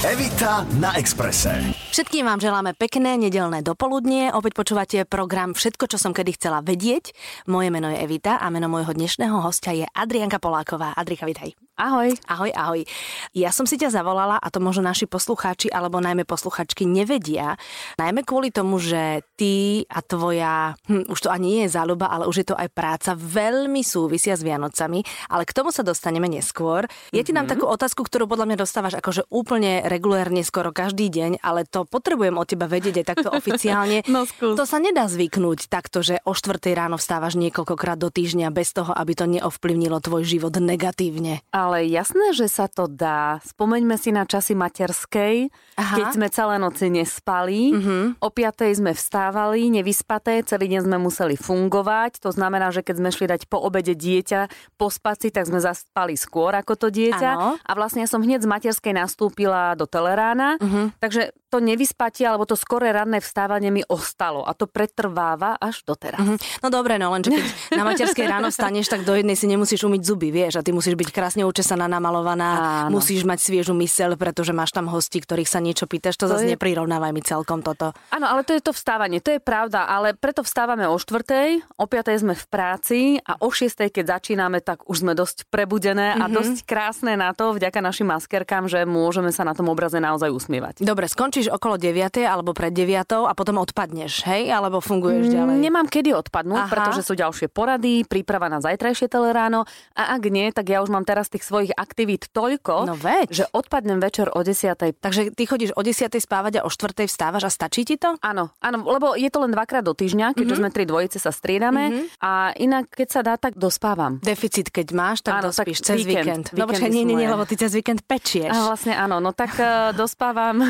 Evita na Expresse. Všetkým vám želáme pekné nedeľné dopoludnie. Opäť počúvate program Všetko, čo som kedy chcela vedieť. Moje meno je Evita a meno môjho dnešného hostia je Adrianka Poláková. Adrika, vitaj. Ahoj. Ahoj, ahoj. Ja som si ťa zavolala, a to možno naši poslucháči, alebo najmä posluchačky nevedia, najmä kvôli tomu, že ty a tvoja, už to ani nie je záľuba, ale už je to aj práca, veľmi súvisia s Vianocami, ale k tomu sa dostaneme neskôr. Ja ti dám takú otázku, ktorú podľa mňa dostávaš akože úplne regulérne skoro každý deň, ale to potrebujem od teba vedieť aj takto oficiálne. No skús. To sa nedá zvyknúť takto, že o 4 ráno vstávaš niekoľkokrát do týždňa bez toho, aby to neovplyvnilo tvoj život negatívne. Ale jasné, že sa to dá. Spomeňme si na časy materskej, keď sme celé noci nespali. O 5:00 sme vstávali, nevyspaté, celý deň sme museli fungovať. To znamená, že keď sme šli dať po obede dieťa pospať si, tak sme zaspali skôr ako to dieťa. Ano. A vlastne ja som hneď z materskej nastúpila do telerána. Takže to nevyspatie alebo to skoré ranné vstávanie mi ostalo. A to pretrváva až doteraz. No dobre, no lenže keď na materskej ráno vstaneš, tak do jednej si nemusíš umyť zuby, vieš, a ty musíš byť krásne učesaná, namalovaná, musíš mať sviežu myseľ, pretože máš tam hosti, ktorých sa niečo pýtaš, to zase neprirovnávaj mi celkom toto. Áno, ale to je to vstávanie, to je pravda, ale preto vstávame o 4:00, o 5:00 sme v práci a o 6:00, keď začíname, tak už sme dosť prebudené a dosť krásne na to, vďaka našim maskerkám, že môžeme sa na tom obraze naozaj usmievať. Dobre, skončíš okolo 9:00 alebo pred 9:00 a potom odpadneš, hej? Alebo funguješ ďalej? Nemám kedy odpadnúť, pretože sú ďalšie porady, príprava na zajtrajšie teleráno a ak nie, tak ja už mám teraz tých svojich aktivít toľko, že odpadnem večer o 10:00. Takže ty chodíš o 10:00 spávať a o 4:00 vstávaš a stačí ti to? Áno, lebo je to len 2-krát do týždňa, keďže sme 3 dvojice sa striedame a inak keď sa dá, tak dospávam. Deficit keď máš, tak dospíš cez víkend. No počkaj, nie, lebo ty cez víkend pečieš. A vlastne áno, no tak dospávam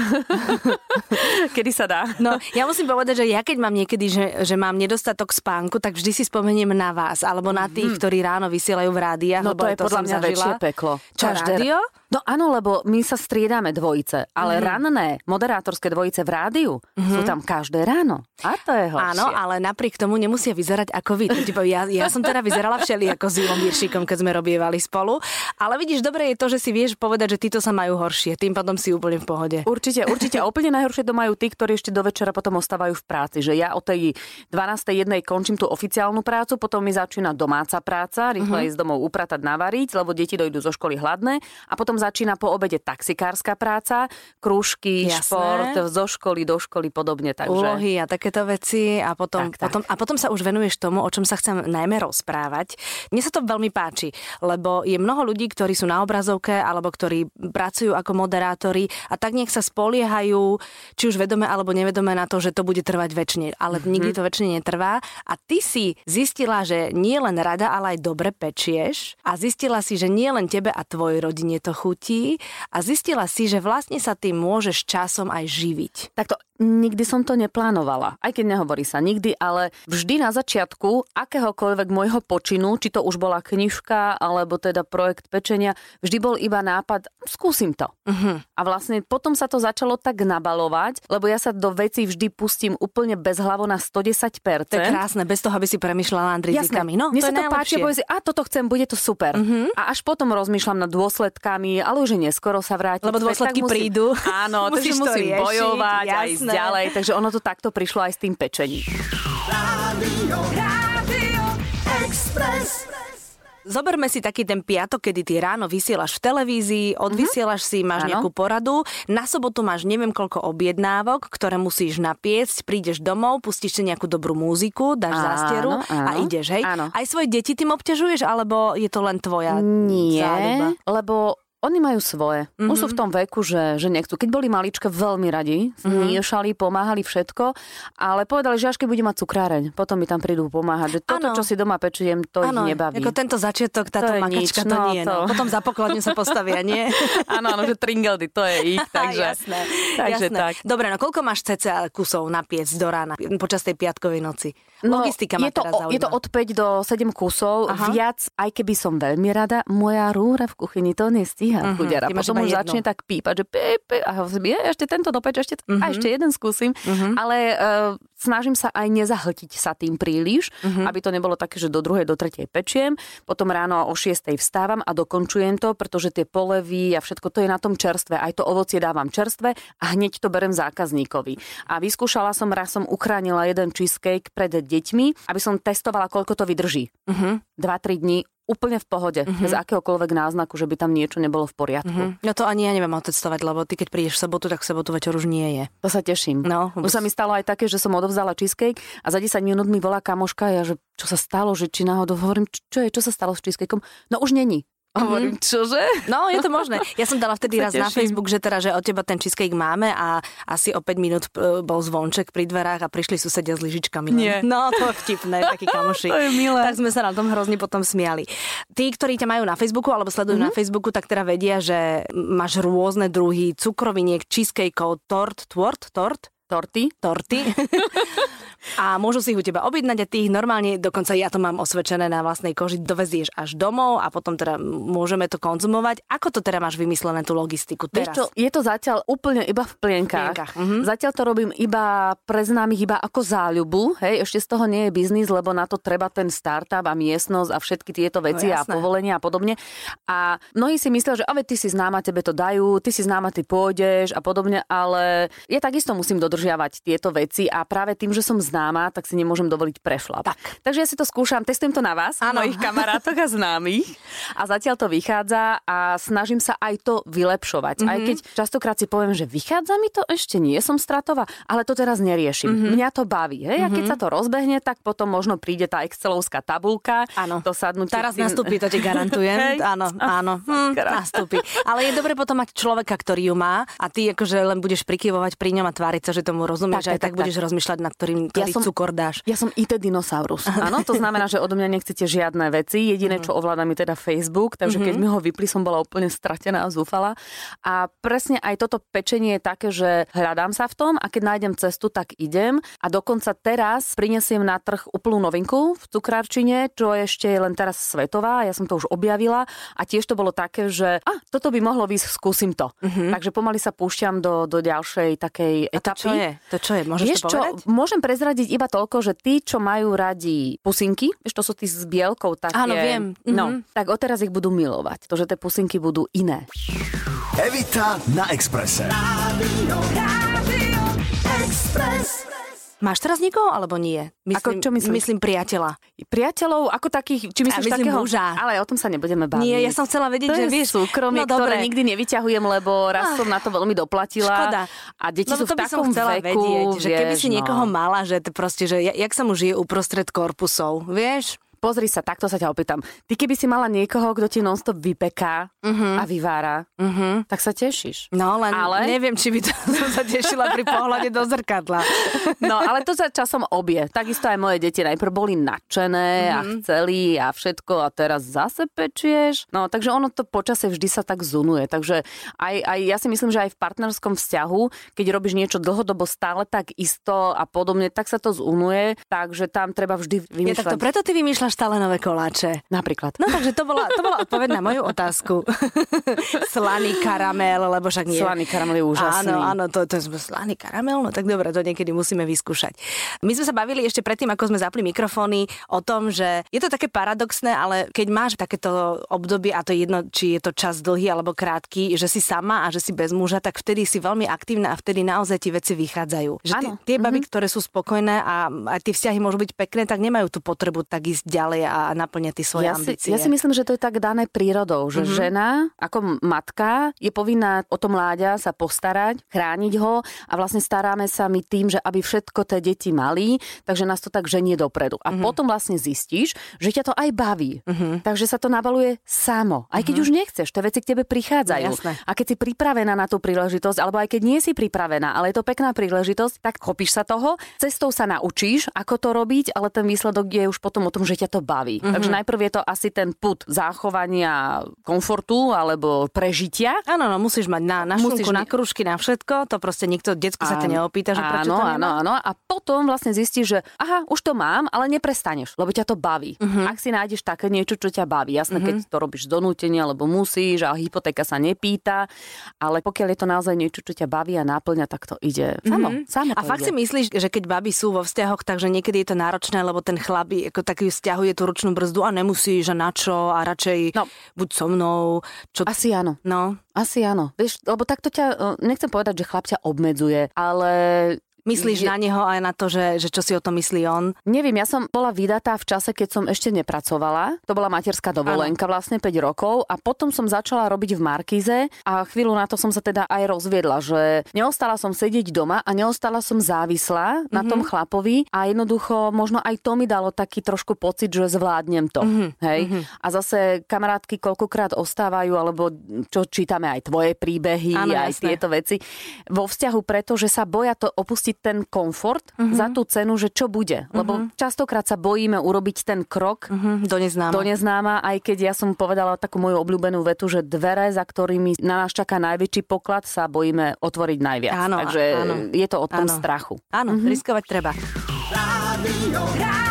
kedy sa dá. No, ja musím povedať, že ja keď mám niekedy, že mám nedostatok spánku, tak vždy si spomeniem na vás, alebo na tých, ktorí ráno vysielajú v rádiách. No to je podľa mňa väčšie peklo. Čo, rádio? No áno, lebo my sa striedame dvojice, ale ranné moderátorské dvojice v rádiu sú tam každé ráno. A to je horšie. Áno, ale napriek tomu nemusia vyzerať ako vy. Ja som teda vyzerala všelijako s Julom Viršíkom, keď sme robievali spolu. Ale vidíš, dobre je to, že si vieš povedať, že títo sa majú horšie. Tým pádom si úplne v pohode. Určite. A úplne najhoršie to majú tí, ktorí ešte do večera potom ostávajú v práci. Že ja o tej 12:01 končím tú oficiálnu prácu, potom mi začína domáca práca, rýchlo ísť domov upratať, navariť, lebo deti dojdú zo školy hladné a potom začína po obede taxikárska práca, krúžky, šport, zo školy do školy podobne. Takže úlohy a takéto veci a potom sa už venuješ tomu, o čom sa chcem najmä rozprávať. Mne sa to veľmi páči, lebo je mnoho ľudí, ktorí sú na obrazovke alebo ktorí pracujú ako moderátori a tak nech sa spoliehajú, či už vedome alebo nevedome na to, že to bude trvať večne, ale nikdy to večne netrvá. A ty si zistila, že nie len rada, ale aj dobre pečieš a zistila si, že nie len tebe a tvojej rodine to chutí a zistila si, že vlastne sa tým môžeš časom aj živiť. Takto nikdy som to neplánovala. Aj keď nehovorí sa nikdy, ale vždy na začiatku akéhokoľvek môjho počinu, či to už bola knižka alebo teda projekt pečenia, vždy bol iba nápad, skúsim to. A vlastne potom sa to začalo tak nabalovať, lebo ja sa do vecí vždy pustím úplne bezhlavo na 110%. To je krásne, bez toho, aby si premýšľala nad rizikami. No, mne sa to páči, povie si, toto chcem, bude to super. A až potom rozmýšľam nad dôsledkami, ale už neskoro sa vrátiť. Lebo dôsledky prídu. Áno, takže musím bojovať a ísť ďalej. Takže ono to takto prišlo aj s tým pečením. Rádio Express. Zoberme si taký ten piatok, kedy ty ráno vysielaš v televízii, odvysielaš si, máš nejakú poradu, na sobotu máš neviem koľko objednávok, ktoré musíš napiecť, prídeš domov, pustíš si nejakú dobrú múziku, dáš zásteru a ideš, hej? Áno. Aj svoje deti tým obťažuješ, alebo je to len tvoja záľuba? Lebo oni majú svoje. Už sú v tom veku, že nechcú. Keď boli maličké, veľmi radi miešali, pomáhali všetko, ale povedali, že až keď budem mať cukráreň, potom mi tam prídu pomáhať. Že toto, čo si doma pečujem, to ich nebaví. Ako tento začiatok, táto makačka, to nie. No. Potom za pokladňu sa postavia, nie? Áno, že tringeldy, to je ich. Takže. Jasné. Takže jasné. tak. Dobre, no koľko máš cca kusov napiec do rána počas tej piatkovej noci? Logistika ma teraz zaujíma. Je to od 5 do 7 kusov. Aha. Viac, aj keby som veľmi rada, moja rúra v kuchyni to nestíha. Chudiara. Potom už začne tak pípať, že a ešte tento dopeč, a ešte jeden skúsim. Ale snažím sa aj nezahltiť sa tým príliš, aby to nebolo také, že do 2. do 3. pečiem. Potom ráno o 6. vstávam a dokončujem to, pretože tie polevy a všetko to je na tom čerstvé. Aj to ovocie dávam čerstvé a hneď to berem zákazníkovi. A vyskúšala som, raz som uchránila jeden cheesecake pred deťmi, aby som testovala, koľko to vydrží. 2-3 dní úplne v pohode, bez akéhokoľvek náznaku, že by tam niečo nebolo v poriadku. No to ani ja neviem otestovať, lebo ty keď prídeš v sobotu, tak v sobotu večer už nie je. To sa teším. No, už sa mi stalo aj také, že som odovzdala cheesecake a za 10 minút mi volá kamoška, ja že čo sa stalo, že či náhodou hovorím, čo sa stalo s cheesecakeom? No už není. Hovorím, čože? No, je to možné. Ja som dala vtedy raz na Facebook, že teda, že od teba ten cheesecake máme a asi o 5 minút bol zvonček pri dverách a prišli susedia s lyžičkami. Nie. No, to je vtipné, takí kamoši. To je milé. Tak sme sa na tom hrozne potom smiali. Tí, ktorí ťa majú na Facebooku alebo sledujú na Facebooku, tak teda vedia, že máš rôzne druhy cukroviniek, cheesecakeov, torty. A môžu si ich u teba objednať a ty ich normálne, dokonca ja to mám osvedčené na vlastnej koži, dovezieš až domov a potom teda môžeme to konzumovať. Ako to teda máš vymyslené, tú logistiku teraz? Vieš čo, je to zatiaľ úplne iba v plienkach. Zatiaľ to robím iba pre známych, iba ako záľubu. Hej, ešte z toho nie je biznis, lebo na to treba ten startup a miestnosť a všetky tieto veci a povolenia a podobne. A mnohí si myslia, že ty si známa, tebe to dajú, ty si známa, ty pôjdeš a podobne, ale ja takisto musím dodržiavať tieto veci a práve tým, že som známa, tak si nemôžem dovoliť prešlap. Takže ja si to skúšam, testujem to na vás, mojich kamarátoch a známych a zatiaľ to vychádza a snažím sa aj to vylepšovať. Aj keď častokrát si poviem, že vychádza mi to ešte, nie som stratová, ale to teraz neriešim. Mňa to baví. Hej? A keď sa to rozbehne, tak potom možno príde tá excelovská tabulka. Áno. To sadnutie. Teraz nastúpi, to ti garantujem. Áno. Nastúpi. Ale je dobre potom mať človeka, ktorý ju má a ty akože len budeš prikyvovať pri ňom a tváriť sa, že tomu rozumieš, aj tak budeš rozmýšľať nad ktorý cukor dáš. Ja som IT dinosaurus. Áno, to znamená, že odo mňa nechcete žiadne veci. Jediné, čo ovládam, je teda Facebook, takže keď mi ho vypli, som bola úplne stratená a zúfala. A presne aj toto pečenie je také, že hľadám sa v tom a keď nájdem cestu, tak idem. A dokonca teraz prinesiem na trh úplnú novinku v cukrárčine, čo ešte je len teraz svetová. Ja som to už objavila a tiež to bolo také, že toto by mohlo výsť, skúsim to. Takže pomaly sa púšťam do ďalšej takej etapy. To čo je? Môžeš to povedať? Môžem prezradiť iba toľko, že tí, čo majú radi pusinky, vieš, to sú tí s bielkou také. Áno, viem. No, tak odteraz ich budú milovať. To, že tie pusinky budú iné. Evita na Expresse. Rádio Express. Máš teraz niekoho, alebo nie? Ako, čo myslím? Myslím priateľa. Priateľov, ako takých, či myslíš takého? Muža. Ale o tom sa nebudeme baviť. Nie, ja som chcela vedieť, to že vieš. súkromie, ktoré nikdy nevyťahujem, lebo raz som na to veľmi doplatila. Škoda. A deti sú v takom veku, vedieť, že keby si vieš, niekoho mala, že to proste, že jak sa mu žije uprostred korpusov, vieš? Pozri sa, takto sa ťa opýtam. Ty keby si mala niekoho, kto ti non-stop vypeká a vyvára, tak sa tešíš. No, len neviem, či by to som sa tešila pri pohľade do zrkadla. No, ale to sa časom obie. Takisto aj moje deti najprv boli nadšené a chceli a všetko a teraz zase pečieš. No, takže ono to počasie vždy sa tak zunuje. Takže aj ja si myslím, že aj v partnerskom vzťahu, keď robíš niečo dlhodobo stále tak isto a podobne, tak sa to zunuje. Takže tam treba vždy vymýšľať. Tak to preto ty vymýšľaš stále nové koláče. Napríklad. No takže to bola odpoveď na moju otázku. Slaný karamel, lebo však nie. Slaný karamel je úžasný. Áno, to je slaný karamel, no tak dobre, to niekedy musíme vyskúšať. My sme sa bavili ešte predtým, ako sme zapli mikrofóny, o tom, že je to také paradoxné, ale keď máš takéto obdobie, a to je jedno, či je to čas dlhý alebo krátky, že si sama a že si bez muža, tak vtedy si veľmi aktívna a vtedy naozaj tie veci vychádzajú. Že tie baby, ktoré sú spokojné a tie vzťahy môžu byť pekné, tak nemajú tú potrebu tak ísť ďalej a naplňať tie svoje ambície. Ja si myslím, že to je tak dané prírodou, že žena ako matka je povinná o to mláďa sa postarať, chrániť ho a vlastne staráme sa my tým, že aby všetko tie deti mali, takže nás to tak ženie dopredu. A potom vlastne zistíš, že ťa to aj baví. Takže sa to nabaluje samo. Aj keď už nechceš, tie veci k tebe prichádzajú. Jasné. A keď si pripravená na tú príležitosť, alebo aj keď nie si pripravená, ale je to pekná príležitosť, tak chopíš sa toho, cestou sa naučíš, ako to robiť, ale ten výsledok je už potom o tom, že ťa to to baví. Takže najprv je to asi ten pud zachovania komfortu alebo prežitia. Áno, no musíš mať na šunku, na kružky, na všetko. To proste decko sa ťa neopýta, že prečo to nemá. Áno. A potom vlastne zistíš, že aha, už to mám, ale neprestaneš, lebo ťa to baví. Ak si nájdeš také niečo, čo ťa baví. Jasné, keď to robíš z donútenia, lebo musíš a hypotéka sa nepýta, ale pokiaľ je to naozaj niečo, čo ťa baví a náplňa, tak to ide. Samo a fakt si myslíš, že keď baby sú vo vzťahoch, takže niekedy je to náročné, lebo ten chlap ako taký vzťahuje tú ručnú brzdu a nemusíš a na čo a radšej buď so mnou. Asi áno. No. Asi áno. Vieš, lebo takto nechcem povedať, že chlap ťa obmedzuje, ale... Myslíš na neho aj na to, že čo si o tom myslí on? Neviem, ja som bola vydatá v čase, keď som ešte nepracovala. To bola materská dovolenka, vlastne 5 rokov a potom som začala robiť v Markíze a chvíľu na to som sa teda aj rozviedla, že neostala som sedieť doma a neostala som závislá na tom chlapovi a jednoducho možno aj to mi dalo taký trošku pocit, že zvládnem to. Hej? A zase kamarátky koľkokrát ostávajú, alebo čo čítame aj tvoje príbehy, aj tieto veci vo vzťahu, pretože sa boja to opustiť ten komfort za tú cenu, že čo bude. Lebo častokrát sa bojíme urobiť ten krok do neznáma, aj keď ja som povedala takú moju obľúbenú vetu, že dvere, za ktorými na nás čaká najväčší poklad, sa bojíme otvoriť najviac. Takže je to o tom strachu. Áno, riskovať treba. Rádio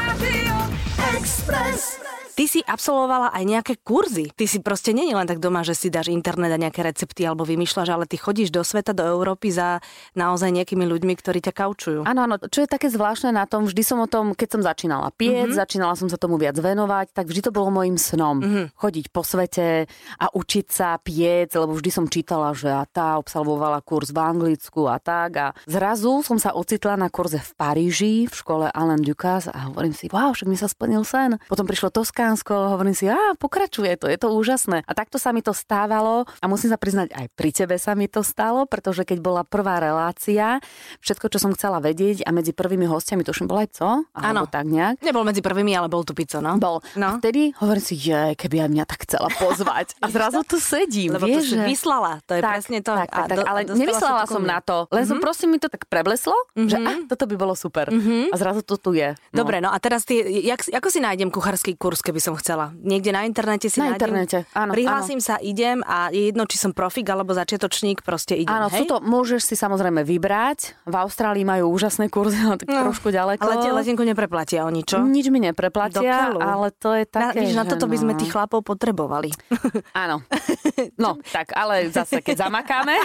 Express. Ty si absolvovala aj nejaké kurzy. Ty si proste nie len tak doma, že si dáš internet a nejaké recepty alebo vymýšľaš, ale ty chodíš do sveta, do Európy za naozaj nejakými ľuďmi, ktorí ťa kaučujú. Áno, čo je také zvláštne na tom, vždy som o tom, keď som začínala piec, začínala som sa tomu viac venovať, tak vždy to bolo mojím snom. Chodiť po svete a učiť sa piec, lebo vždy som čítala, že a tá absolvovala kurz v Anglicku a tak. A zrazu som sa ocitla na kurze v Paríži, v škole Alain Ducasse a hovorím si, wow, však mi sa splnil sen. Potom prišlo hovorím si, pokračuje to, je to úžasné. A takto sa mi to stávalo a musím sa priznať, aj pri tebe sa mi to stalo, pretože keď bola prvá relácia, všetko, čo som chcela vedieť a medzi prvými hostiami, tuším, bol aj co? Alebo tak nejak. Nebol medzi prvými, ale bol tu Pico, no. Bol. No. A vtedy hovorím si, keby aj mňa tak chcela pozvať. A zrazu tu sedím, lebo vieš, to si vyslala, to je presne to. Tak, ale nemyslela som na to, len som prosím mi to tak prebleslo, že toto by bolo super. A zrazu to tu je. No. Dobre, no a teraz ako si nájdem kuchársky kurz, keby som chcela? Niekde na internete si nájdem? Na internete, áno. Prihlásim sa, idem a je jedno, či som profík alebo začiatočník, proste idem, áno, hej? Môžeš si samozrejme vybrať. V Austrálii majú úžasné kurzy, tak trošku ďaleko. Ale letenku nepreplatia oni, čo? Nič mi nepreplatia, ale to je také, na toto by sme tých chlapov potrebovali. Áno. No, tak, ale zase, keď zamakáme.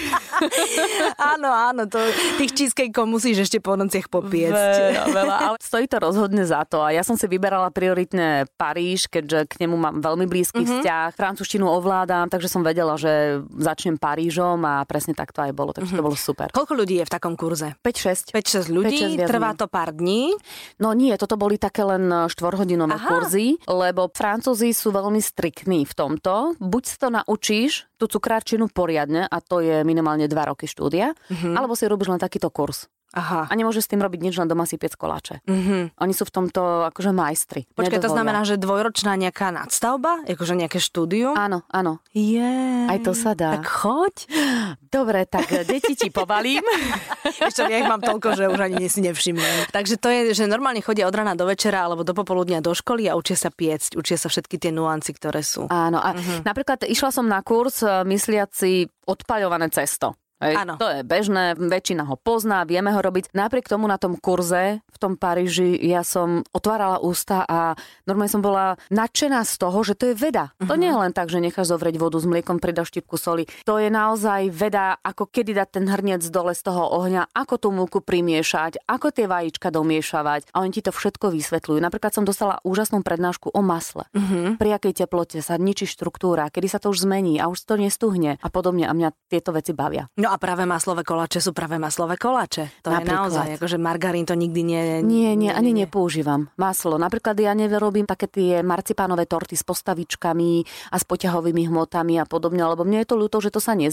Áno, tých cheesecakeov musíš ešte po nociach popiecť. Veľa, ale stojí to rozhodne za to. A ja som si vyberala prioritne Paríž, keďže k nemu mám veľmi blízky vzťah. Francúzštinu ovládam, takže som vedela, že začnem Parížom a presne tak to aj bolo, takže to bolo super. Koľko ľudí je v takom kurze? 5-6 ľudí, trvá to pár dní? No nie, toto boli také len 4-hodinové kurzy, lebo Francúzi sú veľmi striktní v tomto. Buď si to naučíš, tú cukrárčinu poriadne, a to je minimálne 2 roky štúdia, alebo si robíš len takýto kurz. Aha. A nemôžeš s tým robiť nič, len doma si piec koláče. Oni sú v tomto akože majstri. Počkaj, to znamená, že dvojročná nejaká nadstavba? Akože nejaké štúdium? Áno. Aj to sa dá. Tak choď. Dobre, tak deti ti pobalím. Ešte ja ich mám toľko, že už ani si nevšimnem. Takže to je, že normálne chodia od rána do večera alebo do popoludnia do školy a učia sa piecť, učia sa všetky tie nuancy, ktoré sú. Áno, a napríklad išla som na kurz mysliaci odpaľované cesto. To je bežné, väčšina ho pozná, vieme ho robiť. Napriek tomu na tom kurze v tom Paríži ja som otvárala ústa a normálne som bola nadšená z toho, že to je veda. To nie je len tak, že necháš zovrieť vodu s mliekom, pridaš štipku soli. To je naozaj veda, ako kedy dať ten hrniec dole z toho ohňa, ako tú múku primiešať, ako tie vajíčka domiešavať. A oni ti to všetko vysvetľujú. Napríklad som dostala úžasnú prednášku o masle. Pri akej teplote sa ničí štruktúra, kedy sa to už zmení a už to nestuhne a podobne. A mňa tieto veci bavia. No a práve maslové koláče sú práve maslové koláče. To napríklad. Je naozaj, akože margarín to nikdy Nie, ani nepoužívam. Maslo. Napríklad ja nerobím také tie marcipánové torty s postavičkami a s poťahovými hmotami a podobne, lebo mne je to ľúto, že to sa nezie.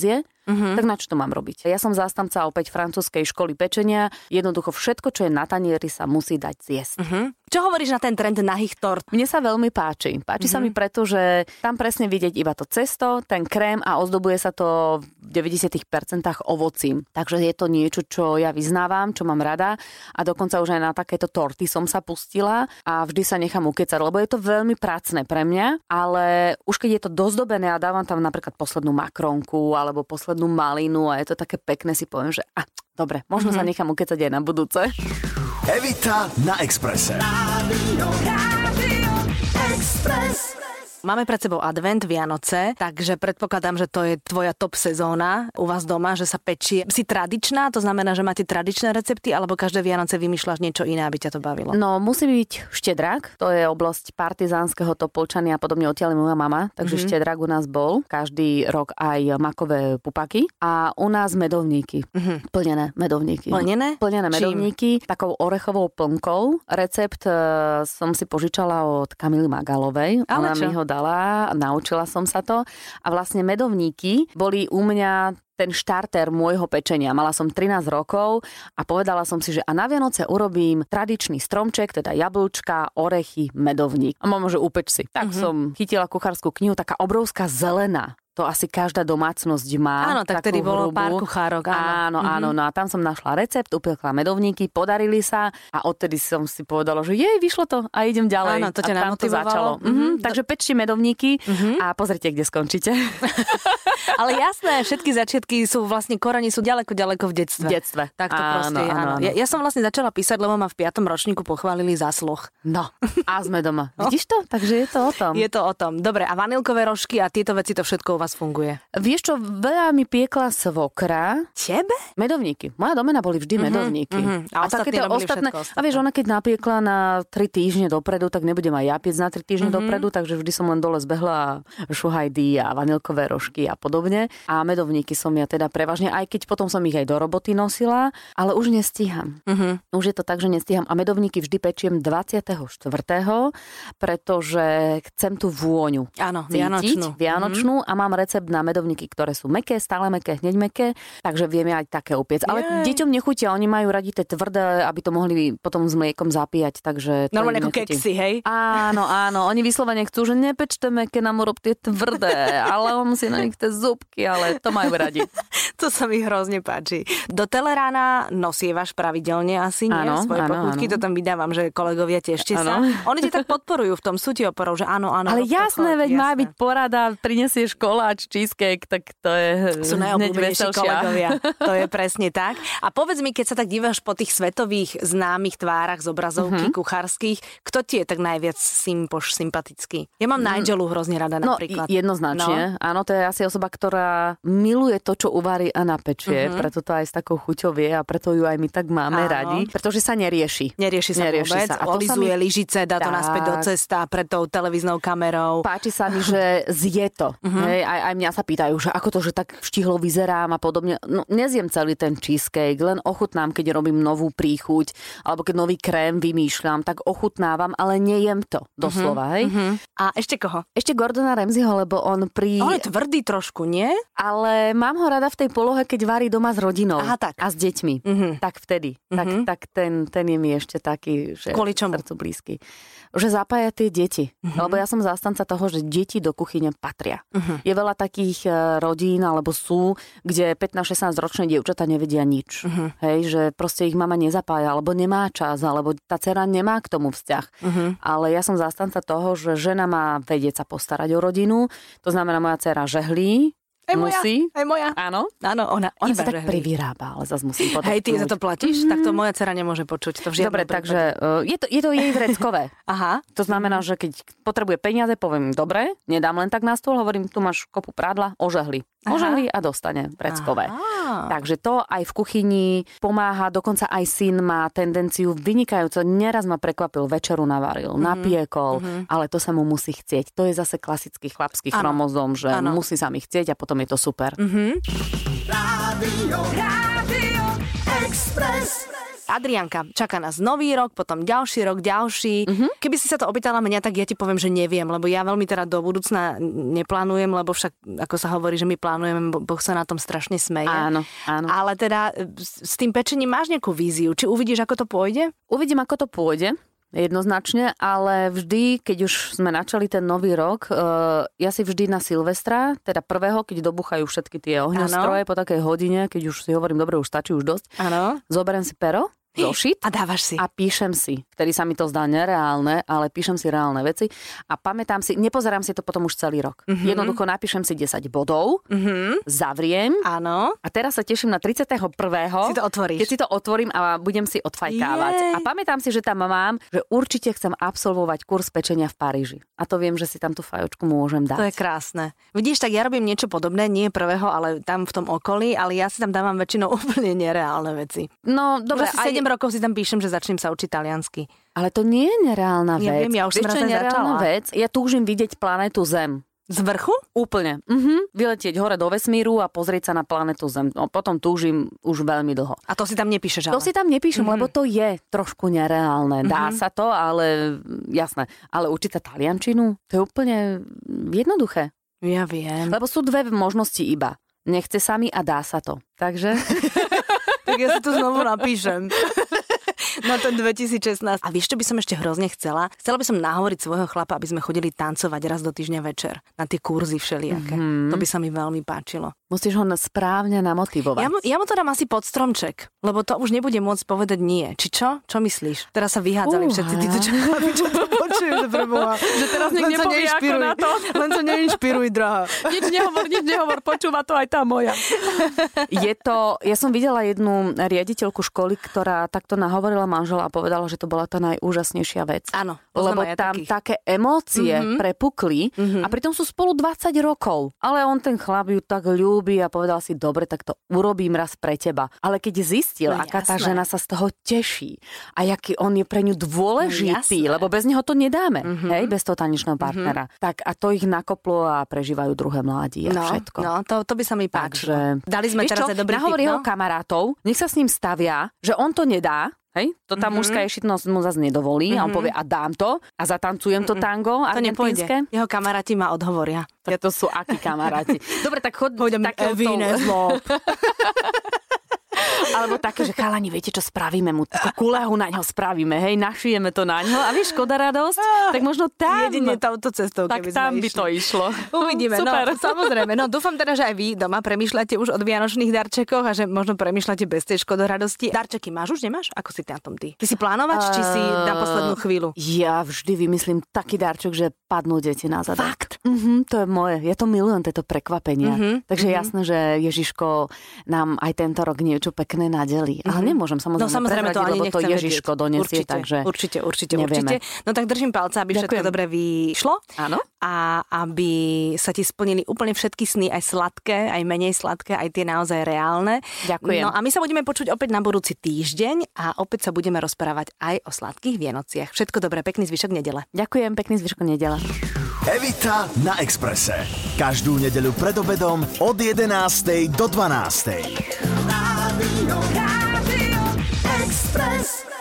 tak na čo to mám robiť? Ja som zástanca opäť francúzskej školy pečenia. Jednoducho všetko, čo je na tanieri, sa musí dať zjesť. Čo hovoríš na ten trend nahých tort? Mne sa veľmi páči. Páči sa mi preto, že tam presne vidieť iba to cesto, ten krém a ozdobuje sa to v 90% ovocím. Takže je to niečo, čo ja vyznávam, čo mám rada a dokonca už aj na takéto torty som sa pustila a vždy sa nechám ukecať, lebo je to veľmi pracné pre mňa, ale už keď je to dozdobené a dávam tam napríklad poslednú makronku alebo poslednú malinu a je to také pekné, si poviem, že dobre, možno sa nechám ukecať aj na budúce. Evita na Expresse. Rádio Express. Máme pred sebou advent, Vianoce, takže predpokladám, že to je tvoja top sezóna u vás doma, že sa pečie. Si tradičná, to znamená, že máte tradičné recepty, alebo každé Vianoce vymýšľaš niečo iné, aby ťa to bavilo? No, musí byť štedrák, to je oblasť partizánskeho Topolčany a podobne, odtiaľ je moja mama, takže štedrák u nás bol, každý rok aj makové pupaky a u nás medovníky, plnené medovníky. Plnené? Plnené medovníky, takou orechovou plnkou. Recept som si požičala od Kamily Magalovej, ona mi ho dala, naučila som sa to a vlastne medovníky boli u mňa ten štarter môjho pečenia. Mala som 13 rokov a povedala som si, že a na Vianoce urobím tradičný stromček, teda jablčka, orechy, medovník. A mama, že upeč si. Tak som chytila kuchárskú knihu, taká obrovská zelená. To asi každá domácnosť má. Áno, tak tedy bolo pár kuchárok. Áno. No a tam som našla recept, upiekla medovníky, podarili sa a odtedy som si povedala, že vyšlo to a idem ďalej. Áno, to ťa namotivovalo. Takže pečte medovníky a pozrite, kde skončíte. Ale jasné, všetky začiatky sú vlastne, korene sú ďaleko v detstve. V detstve. Tak to proste je, áno. Ja som vlastne začala písať, lebo ma v 5. ročníku pochválili za sloh. No, a sme doma. Vidíš to? Takže je to o tom. Je to o tom. Dobre, a vanilkové rožky a tieto veci, to všetko u vás funguje? Vieš čo, veľa mi piekla svokra. Tebe? Medovníky. Moja domena boli vždy medovníky. A ostatní robili všetko ostatné. A vieš, ona keď napiekla na 3 týždne dopredu, tak nebudem aj ja piec na 3 týždne dopredu, takže vždy som len dole zbehla šuhajdy a vanilkové rožky a podobne. A medovníky som ja teda prevažne, aj keď potom som ich aj do roboty nosila, ale už nestíham. Už je to tak, že nestíham. A medovníky vždy pečiem 24., pretože chcem tú vôňu. Áno, cítiť, vianočnú a mám recept na medovníky, ktoré sú mäkké, stále mäkké, hneď mäkké, takže vieme aj také upiec. Ale deťom nechutia, oni majú radi tie tvrdé, aby to mohli potom s mliekom zapíjať, takže normálne ako keksy, hej? Áno, oni vyslovene chcú, že nepečte mäkké, nám urob tie tvrdé, ale on musí na nich tie zúbky, ale to majú radi. To sa mi hrozne páči. Do Telerána nosievaš pravidelne asi, nie? Svoje pochutky, to tam vydávam, že kolegovia, tešte sa. Oni ti tak podporujú v tom, sú ti oporou, že áno. Ale jasné, veď má byť porada, prinesieš koláč, cheesecake, tak to je sú najobľúbenejší kolegovia. To je presne tak. A povedz mi, keď sa tak dívaš po tých svetových známych tvárach z obrazovky kuchárskych, kto ti je tak najviac sympatický? Ja mám Nigelu hrozne rada napríklad. Jednoznačne. Áno, to je asi osoba, ktorá miluje to, čo uvarí a napečie. Preto to aj s takou chuťou vie a preto ju aj my tak máme radi. Pretože sa nerieši. Nerieši sa vôbec. Olizuje lyžice, dá to naspäť do cesta pred tou televíznou kamerou. Páči sa mi, že zje to. Aj mňa sa pýtajú, že ako to, že tak štihlo vyzerám a podobne. No, nezjem celý ten cheesecake, len ochutnám, keď robím novú príchuť, alebo keď nový krém vymýšľam, tak ochutnávam, ale nejem to doslova, hej. A ešte koho? Ešte Gordona Ramsayho, lebo on On je tvrdý trošku, nie? Ale mám ho rada v tej polohe, keď varí doma s rodinou. Aha, tak. A s deťmi. Tak vtedy. Tak ten je mi ešte taký, že kvôli čomu? Srdcu blízky. Že zapája tie deti. Lebo ja som zástanca toho, že deti do kuchyne patria. Je veľa takých rodín, alebo sú, kde 15-16 ročné dievčatá nevedia nič. Hej, že proste ich mama nezapája, alebo nemá čas, alebo tá dcera nemá k tomu vzťah. Ale ja som zástanca toho, že žena má vedieť sa postarať o rodinu. To znamená, moja dcera žehlí, musí. Aj moja. Áno, ona sa tak privyrába, ale zase musím podotknúť. Hej, ty za to platíš? Tak to moja dcera nemôže počuť. To v dobre, takže je to jej vreckové. Aha. To znamená, že keď potrebuje peniaze, poviem, dobre, nedám len tak na stôl, hovorím, tu máš kopu prádla, ožehli a dostane vreckové. Takže to aj v kuchyni pomáha, dokonca aj syn má tendenciu vynikajúco. Neraz ma prekvapil, večeru navaril, napiekol, ale to sa mu musí chcieť. To je zase klasický chlapský chromozóm, že musí sa mi chcieť a potom je to super. Rádio Express. Adrianka, čaká nás nový rok, potom ďalší rok, ďalší. Keby si sa to opýtala mňa, tak ja ti poviem, že neviem, lebo ja veľmi teda do budúcna neplánujem, lebo však, ako sa hovorí, že my plánujeme, Boh sa na tom strašne smeje. Áno. Ale teda s tým pečením máš nejakú víziu? Či uvidíš, ako to pôjde? Uvidím, ako to pôjde. Jednoznačne, ale vždy, keď už sme načali ten nový rok, ja si vždy na Silvestra, teda prvého, keď dobuchajú všetky tie ohňostroje po takej hodine, keď už si hovorím, dobre, už stačí, už dosť, zoberiem si pero, zošit a dávaš si. A píšem si. Vtedy sa mi to zdá nereálne, ale píšem si reálne veci a pamätám si, nepozerám si to potom už celý rok. Jednoducho napíšem si 10 bodov, zavriem. Áno. A teraz sa teším na 31. Si to otvoríš. Keď si to otvorím a budem si odfajkávať. A pamätám si, že tam mám, že určite chcem absolvovať kurz pečenia v Paríži. A to viem, že si tam tú fajočku môžem dať. To je krásne. Vidíš, tak ja robím niečo podobné, nie prvého, ale tam v tom okolí, ale ja si tam dávam väčšinou úplne nereálne veci. No, dobre, 7 rokov si tam píšem, že začnem sa učiť taliansky. Ale to nie je nereálna vec. Ja viem, ja už som raz nereálna vec. Ja túžim vidieť planetu Zem. Z vrchu? Úplne. Vyletieť hore do vesmíru a pozrieť sa na planetu Zem. No, potom túžim už veľmi dlho. A to si tam nepíšeš, ale? To si tam nepíšem, lebo to je trošku nereálne. Dá sa to, ale jasné. Ale učiť sa taliančinu, to je úplne jednoduché. Ja viem. Lebo sú dve možnosti iba. Nechce sa mi a dá sa to. Takže... Tak ja si to znovu napíšem. Na ten 2016. A vieš, čo by som ešte hrozne chcela? Chcela by som nahovoriť svojho chlapa, aby sme chodili tancovať raz do týždňa večer. Na tie kurzy všelijaké. To by sa mi veľmi páčilo. Musíš ho správne namotivovať. Ja mu to dám asi pod stromček, lebo to už nebude môcť povedať nie. Či čo? Čo myslíš? Teraz sa vyhádzali všetci títo chlapi, čo to počujú, že preboha. Že teraz nik nepovie ako na to. Len sa neinšpiruj, drahá. Nič nehovor, počúva to aj tá moja. Ja som videla jednu riaditeľku školy, ktorá takto nahovorila manžela a povedala, že to bola tá najúžasnejšia vec. Áno. Lebo tam také emócie prepukli a pritom sú spolu 20 rokov. Ale on ten chlap ju tak ľúbi a povedal si, dobre, tak to urobím raz pre teba. Ale keď zistil, aká tá žena sa z toho teší a aký on je pre ňu dôležitý, lebo bez neho to nedáme, hej, bez toho tanečného partnera. Tak a to ich nakoplo a prežívajú druhé mladí a všetko. No, to by sa mi páčilo. Dali sme teraz aj dobrý tip, nahovorí jeho kamarátov, nech sa s ním stavia, že on to nedá. Hej, to tá mužská ješitnosť mu zase nedovolí a on povie a dám to a zatancujem to tango argentínske. Jeho kamaráti ma odhovoria. Tak to sú akí kamaráti. Dobre, tak Pôjdem Evine zlob. Alebo také, že chalani, viete, čo spravíme mu? Kulehu na ňo spravíme, hej, našijeme to na ňo a vieš, škoda radosť, tak možno tam. Jedine touto cestou, tak tam by to išlo. Uvidíme, super. No samozrejme. No dúfam teda, že aj vy doma premýšľate už o vianočných darčekoch a že možno premýšľate bez tej škodoradosti. Darčeky máš už, nemáš? Ako si na tom ty? Ty si plánovač, či si na poslednú chvíľu? Ja vždy vymyslím taký darček, že padnú deti na zadok. Fakt? To je moje. Ja to milujem, tieto prekvapenia. Takže jasné, že Ježiško nám aj tento rok niečo pekné nadelí. Ale nemôžem samozrejme to ani lebo to Ježiško donesie, takže určite. Nevieme. No tak držím palce, aby všetko dobre vyšlo. Áno. A aby sa ti splnili úplne všetky sny, aj sladké, aj menej sladké, aj tie naozaj reálne. Ďakujem. No a my sa budeme počuť opäť na budúci týždeň a opäť sa budeme rozprávať aj o sladkých Vienociach. Všetko dobré, pekný zvyšok nedele. Ďakujem, pekný zvyšok nedele. Evita na Expresse. Každú nedeľu pred obedom od 11. do 12. Rádio Express.